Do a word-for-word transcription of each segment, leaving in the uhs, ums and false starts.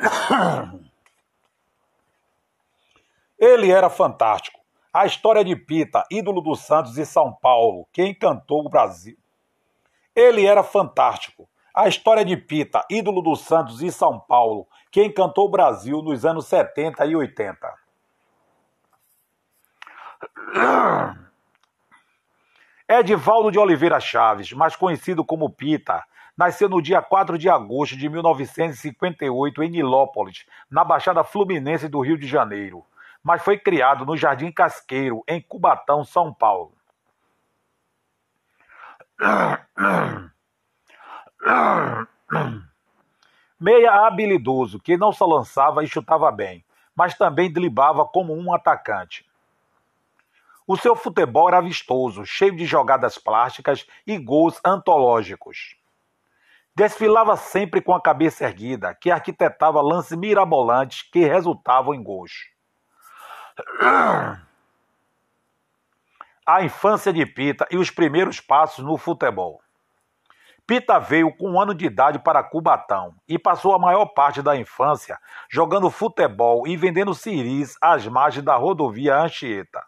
Ele era fantástico. A história de Pita, ídolo do Santos e São Paulo, que encantou o Brasil. Ele era fantástico. A história de Pita, ídolo do Santos e São Paulo, que encantou o Brasil nos anos setenta e oitenta. Edivaldo de Oliveira Chaves, mais conhecido como Pita, nasceu no dia quatro de agosto de mil novecentos e cinquenta e oito em Nilópolis, na Baixada Fluminense do Rio de Janeiro, mas foi criado no Jardim Casqueiro, em Cubatão, São Paulo. Meia habilidoso, que não só lançava e chutava bem, mas também driblava como um atacante. O seu futebol era vistoso, cheio de jogadas plásticas e gols antológicos. Desfilava sempre com a cabeça erguida, que arquitetava lances mirabolantes que resultavam em gols. A infância de Pita e os primeiros passos no futebol. Pita veio com um ano de idade para Cubatão e passou a maior parte da infância jogando futebol e vendendo ciris às margens da rodovia Anchieta.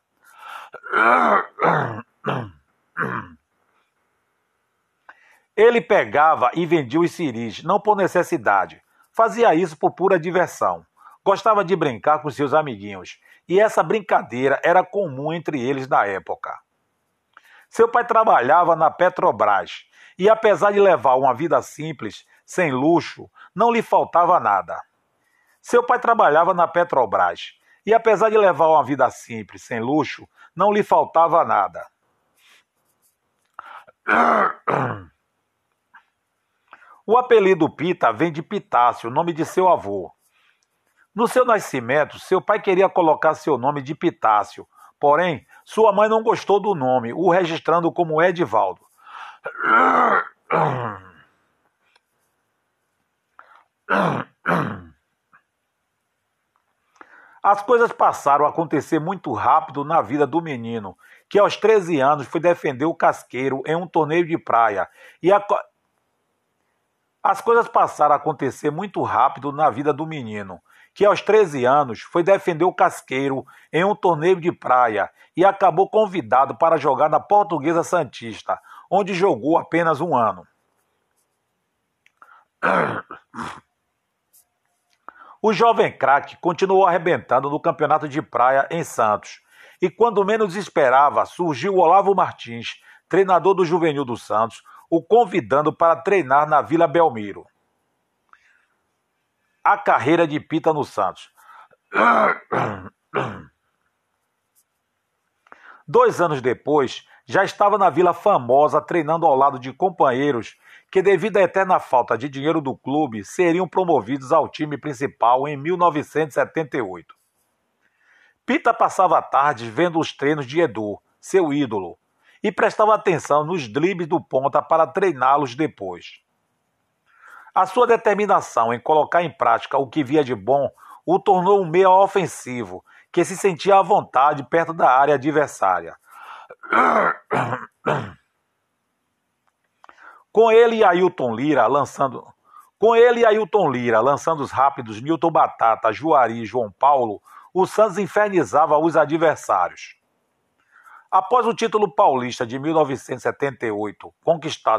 Ele pegava e vendia os ciris, não por necessidade. Fazia isso por pura diversão. Gostava de brincar com seus amiguinhos, e essa brincadeira era comum entre eles na época. Seu pai trabalhava na Petrobras, e apesar de levar uma vida simples, sem luxo, não lhe faltava nada. Seu pai trabalhava na Petrobras, e apesar de levar uma vida simples, sem luxo, não lhe faltava nada. O apelido Pita vem de Pitácio, nome de seu avô. No seu nascimento, seu pai queria colocar seu nome de Pitácio, porém, sua mãe não gostou do nome, o registrando como Edivaldo. As coisas passaram a acontecer muito rápido na vida do menino, que aos treze anos foi defender o Casqueiro em um torneio de praia. E a... As coisas passaram a acontecer muito rápido na vida do menino, que aos treze anos foi defender o Casqueiro em um torneio de praia e acabou convidado para jogar na Portuguesa Santista, onde jogou apenas um ano. O jovem craque continuou arrebentando no campeonato de praia em Santos, e quando menos esperava, surgiu Olavo Martins, treinador do Juvenil do Santos, o convidando para treinar na Vila Belmiro. A carreira de Pita no Santos. Dois anos depois, já estava na Vila Famosa treinando ao lado de companheiros que, devido à eterna falta de dinheiro do clube, seriam promovidos ao time principal em mil novecentos e setenta e oito. Pita passava tardes vendo os treinos de Edu, seu ídolo, e prestava atenção nos dribles do ponta para treiná-los depois. A sua determinação em colocar em prática o que via de bom o tornou um meia ofensivo, que se sentia à vontade perto da área adversária. Com ele e Ailton Lira lançando, com ele e Ailton Lira lançando os rápidos Newton Batata, Juari e João Paulo, o Santos infernizava os adversários. Após o título paulista de mil novecentos e setenta e oito, conquistado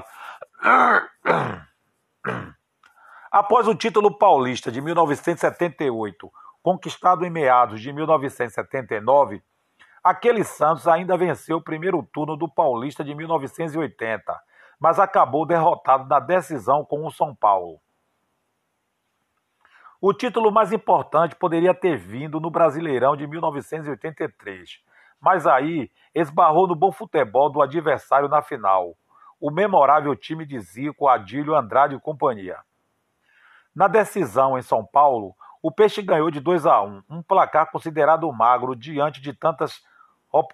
Após o título paulista de mil novecentos e setenta e oito, conquistado em meados de mil novecentos e setenta e nove, aquele Santos ainda venceu o primeiro turno do Paulista de mil novecentos e oitenta, mas acabou derrotado na decisão com o São Paulo. O título mais importante poderia ter vindo no Brasileirão de mil novecentos e oitenta e três, mas aí esbarrou no bom futebol do adversário na final, o memorável time de Zico, Adílio, Andrade e companhia. Na decisão em São Paulo, o Peixe ganhou de dois a um, um placar considerado magro diante de tantas... Op...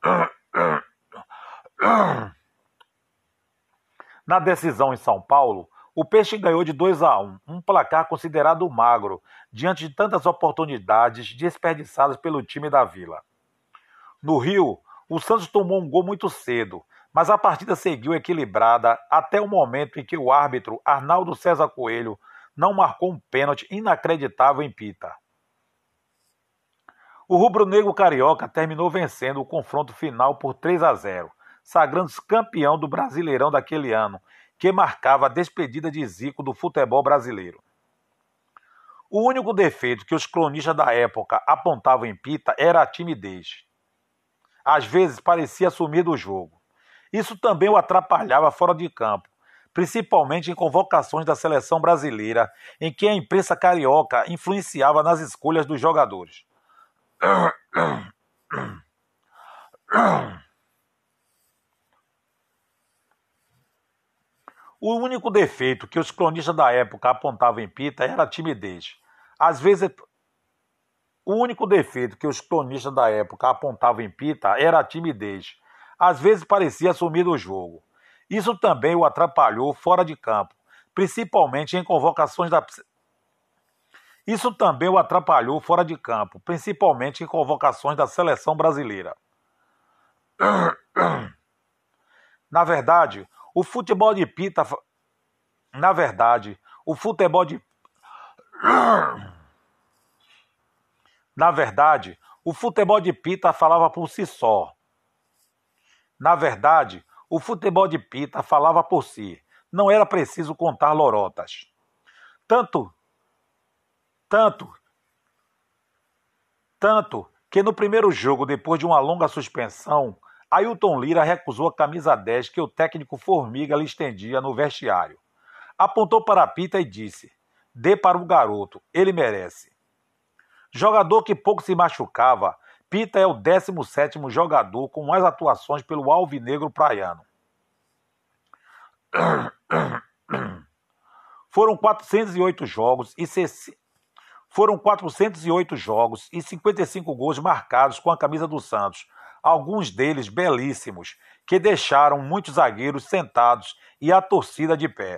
Na decisão em São Paulo, o Peixe ganhou de dois a um, um placar considerado magro diante de tantas oportunidades desperdiçadas pelo time da Vila. No Rio, o Santos tomou um gol muito cedo, mas a partida seguiu equilibrada até o momento em que o árbitro Arnaldo César Coelho não marcou um pênalti inacreditável em Pita. O rubro-negro carioca terminou vencendo o confronto final por três a zero, sagrando-se campeão do Brasileirão daquele ano, que marcava a despedida de Zico do futebol brasileiro. O único defeito que os cronistas da época apontavam em Pita era a timidez. Às vezes parecia sumir do jogo. Isso também o atrapalhava fora de campo, principalmente em convocações da seleção brasileira, em que a imprensa carioca influenciava nas escolhas dos jogadores. O único defeito que os cronistas da época apontavam em Pita era a timidez. Às vezes, o único defeito que os cronistas da época apontavam em Pita era a timidez. Às vezes parecia sumir do jogo. Isso também o atrapalhou fora de campo, principalmente em convocações da Isso também o atrapalhou fora de campo, principalmente em convocações da seleção brasileira. Na verdade, o futebol de Pita, na verdade, o futebol de Na verdade, o futebol de Pita falava por si só. Na verdade, o futebol de Pita falava por si. Não era preciso contar lorotas. Tanto, tanto, tanto que no primeiro jogo, depois de uma longa suspensão, Ailton Lira recusou a camisa dez que o técnico Formiga lhe estendia no vestiário. Apontou para Pita e disse: "Dê para o garoto, ele merece." Jogador que pouco se machucava, Pita é o décimo sétimo jogador com mais atuações pelo alvinegro praiano. Foram quatrocentos e oito jogos e se... Foram quatrocentos e oito jogos e cinquenta e cinco gols marcados com a camisa do Santos, alguns deles belíssimos, que deixaram muitos zagueiros sentados e a torcida de pé.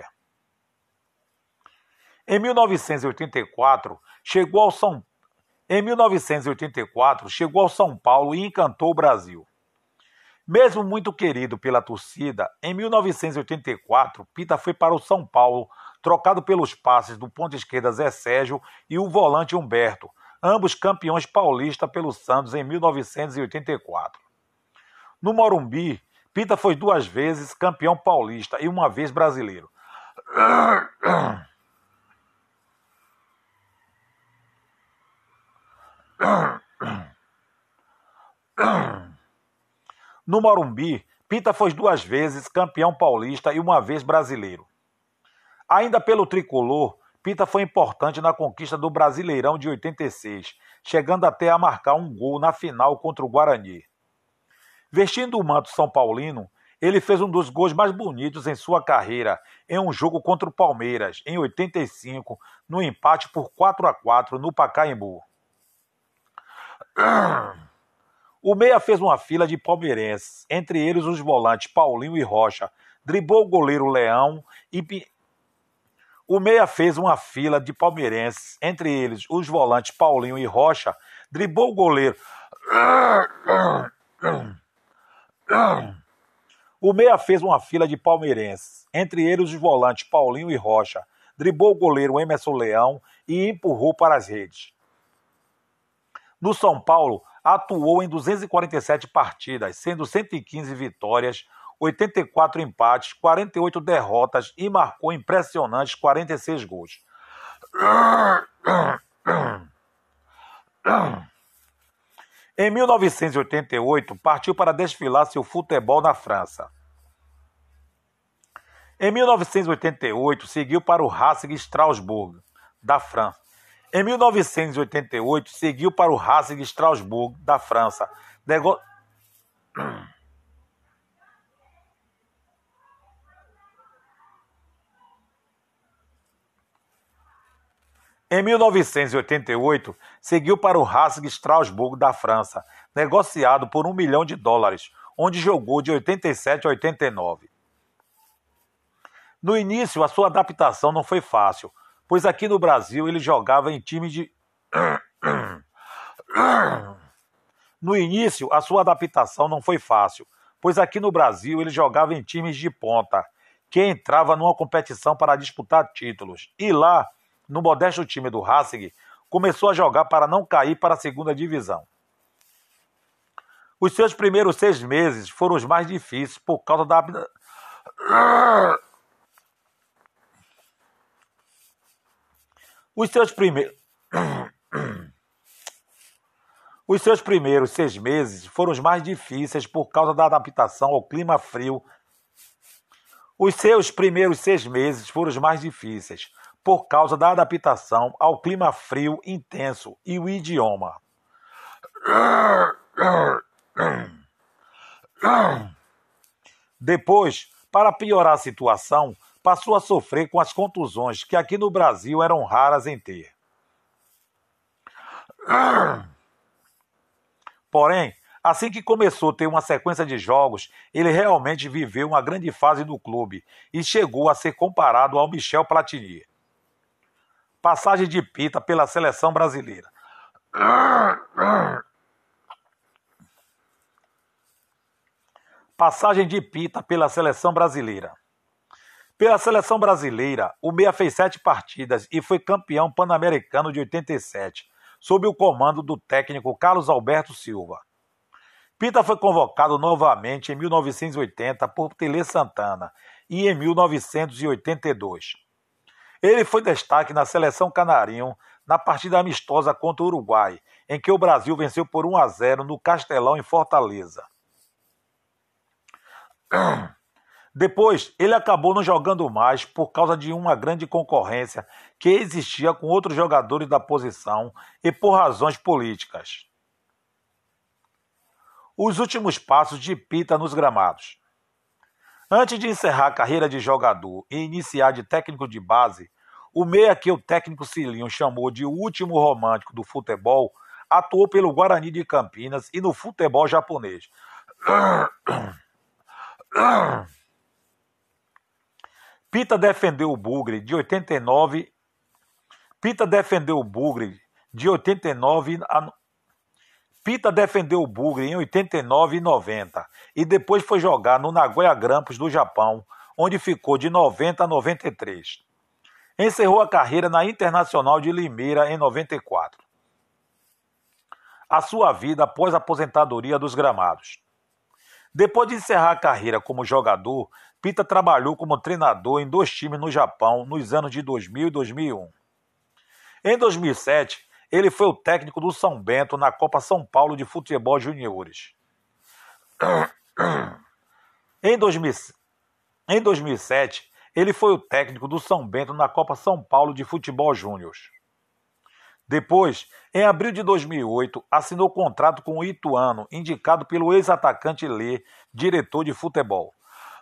Em mil novecentos e oitenta e quatro, chegou ao São Em mil novecentos e oitenta e quatro, chegou ao São Paulo e encantou o Brasil. Mesmo muito querido pela torcida, em mil novecentos e oitenta e quatro, Pita foi para o São Paulo, trocado pelos passes do ponta esquerda Zé Sérgio e o volante Humberto, ambos campeões paulistas pelo Santos em mil novecentos e oitenta e quatro. No Morumbi, Pita foi duas vezes campeão paulista e uma vez brasileiro. No Morumbi, Pita foi duas vezes campeão paulista e uma vez brasileiro. Ainda pelo tricolor, Pita foi importante na conquista do Brasileirão de oitenta e seis, chegando até a marcar um gol na final contra o Guarani. Vestindo o manto são paulino, ele fez um dos gols mais bonitos em sua carreira em um jogo contra o Palmeiras, em oitenta e cinco, no empate por quatro a quatro no Pacaembu. O meia fez uma fila de palmeirenses, entre eles os volantes Paulinho e Rocha, driblou o goleiro Leão e... O meia fez uma fila de palmeirenses, entre eles os volantes Paulinho e Rocha, driblou o goleiro... O meia fez uma fila de palmeirenses, entre eles os volantes Paulinho e Rocha, driblou o goleiro Emerson Leão e empurrou para as redes. No São Paulo, atuou em duzentas e quarenta e sete partidas, sendo cento e quinze vitórias, oitenta e quatro empates, quarenta e oito derrotas e marcou impressionantes quarenta e seis gols. Em mil novecentos e oitenta e oito, partiu para desfilar seu futebol na França. Em mil novecentos e oitenta e oito, seguiu para o Racing Strasbourg, da França. Em mil novecentos e oitenta e oito, seguiu para o Racing Strasbourg, da França. Nego... Em mil novecentos e oitenta e oito, seguiu para o Racing Strasbourg, da França, negociado por um milhão de dólares, onde jogou de oitenta e sete a oitenta e nove. No início, a sua adaptação não foi fácil, pois aqui no Brasil ele jogava em time de... No início, a sua adaptação não foi fácil, pois aqui no Brasil ele jogava em times de ponta, que entrava numa competição para disputar títulos, e lá no modesto time do Racing, começou a jogar para não cair para a segunda divisão. Os seus primeiros seis meses foram os mais difíceis por causa da... Os seus primeiros... Os seus primeiros seis meses foram os mais difíceis por causa da adaptação ao clima frio. Os seus primeiros seis meses foram os mais difíceis por causa da adaptação ao clima frio intenso e o idioma. Depois, para piorar a situação, passou a sofrer com as contusões que aqui no Brasil eram raras em ter. Porém, assim que começou a ter uma sequência de jogos, ele realmente viveu uma grande fase no clube e chegou a ser comparado ao Michel Platini. Passagem de Pita pela seleção brasileira. Passagem de Pita pela seleção brasileira. Pela seleção brasileira, o meia fez sete partidas e foi campeão pan-americano de oitenta e sete, sob o comando do técnico Carlos Alberto Silva. Pita foi convocado novamente em mil novecentos e oitenta por Tele Santana e em mil novecentos e oitenta e dois. Ele foi destaque na seleção canarinho na partida amistosa contra o Uruguai, em que o Brasil venceu por um a zero no Castelão, em Fortaleza. Depois, ele acabou não jogando mais por causa de uma grande concorrência que existia com outros jogadores da posição e por razões políticas. Os últimos passos de Pita nos gramados. Antes de encerrar a carreira de jogador e iniciar de técnico de base, o meia que o técnico Cilinho chamou de o último romântico do futebol atuou pelo Guarani de Campinas e no futebol japonês. Pita defendeu o Bugre de oitenta e nove. Pita defendeu o Bugre de oitenta e nove a Pita defendeu o Bugre em oitenta e nove e noventa e depois foi jogar no Nagoya Grampus do Japão, onde ficou de noventa a noventa e três. Encerrou a carreira na Internacional de Limeira em noventa e quatro. A sua vida após a aposentadoria dos gramados. Depois de encerrar a carreira como jogador, Pita trabalhou como treinador em dois times no Japão nos anos de dois mil e dois mil e um. Em dois mil e sete, ele foi o técnico do São Bento na Copa São Paulo de Futebol Juniores. Em dois mil e sete, ele foi o técnico do São Bento na Copa São Paulo de Futebol Júnior. Depois, em abril de dois mil e oito, assinou contrato com o Ituano, indicado pelo ex-atacante Lê, diretor de futebol.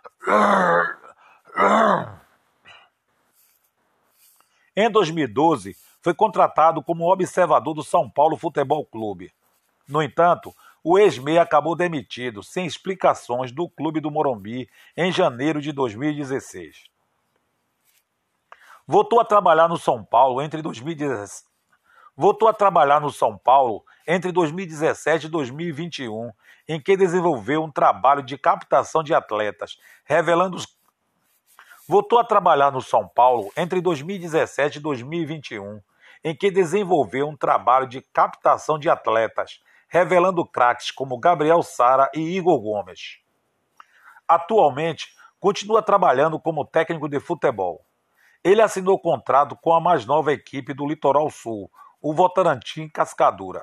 Em dois mil e doze, foi contratado como observador do São Paulo Futebol Clube. No entanto, o ex-meia acabou demitido, sem explicações, do clube do Morumbi em janeiro de dois mil e dezesseis. Voltou a trabalhar no São Paulo entre dois mil e dezesseis. Voltou a trabalhar no São Paulo entre dois mil e dezessete e dois mil e vinte e um, em que desenvolveu um trabalho de captação de atletas, revelando os... Voltou a trabalhar no São Paulo entre dois mil e dezessete e dois mil e vinte e um, em que desenvolveu um trabalho de captação de atletas, revelando craques como Gabriel Sara e Igor Gomes. Atualmente, continua trabalhando como técnico de futebol. Ele assinou contrato com a mais nova equipe do Litoral Sul, o Votorantim Cascadura.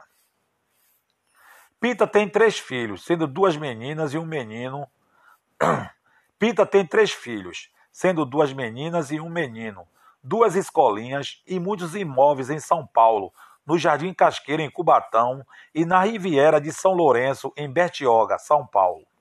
Pita tem três filhos, sendo duas meninas e um menino. Pita tem três filhos, sendo duas meninas e um menino, duas escolinhas e muitos imóveis em São Paulo, no Jardim Casqueira, em Cubatão, e na Riviera de São Lourenço, em Bertioga, São Paulo.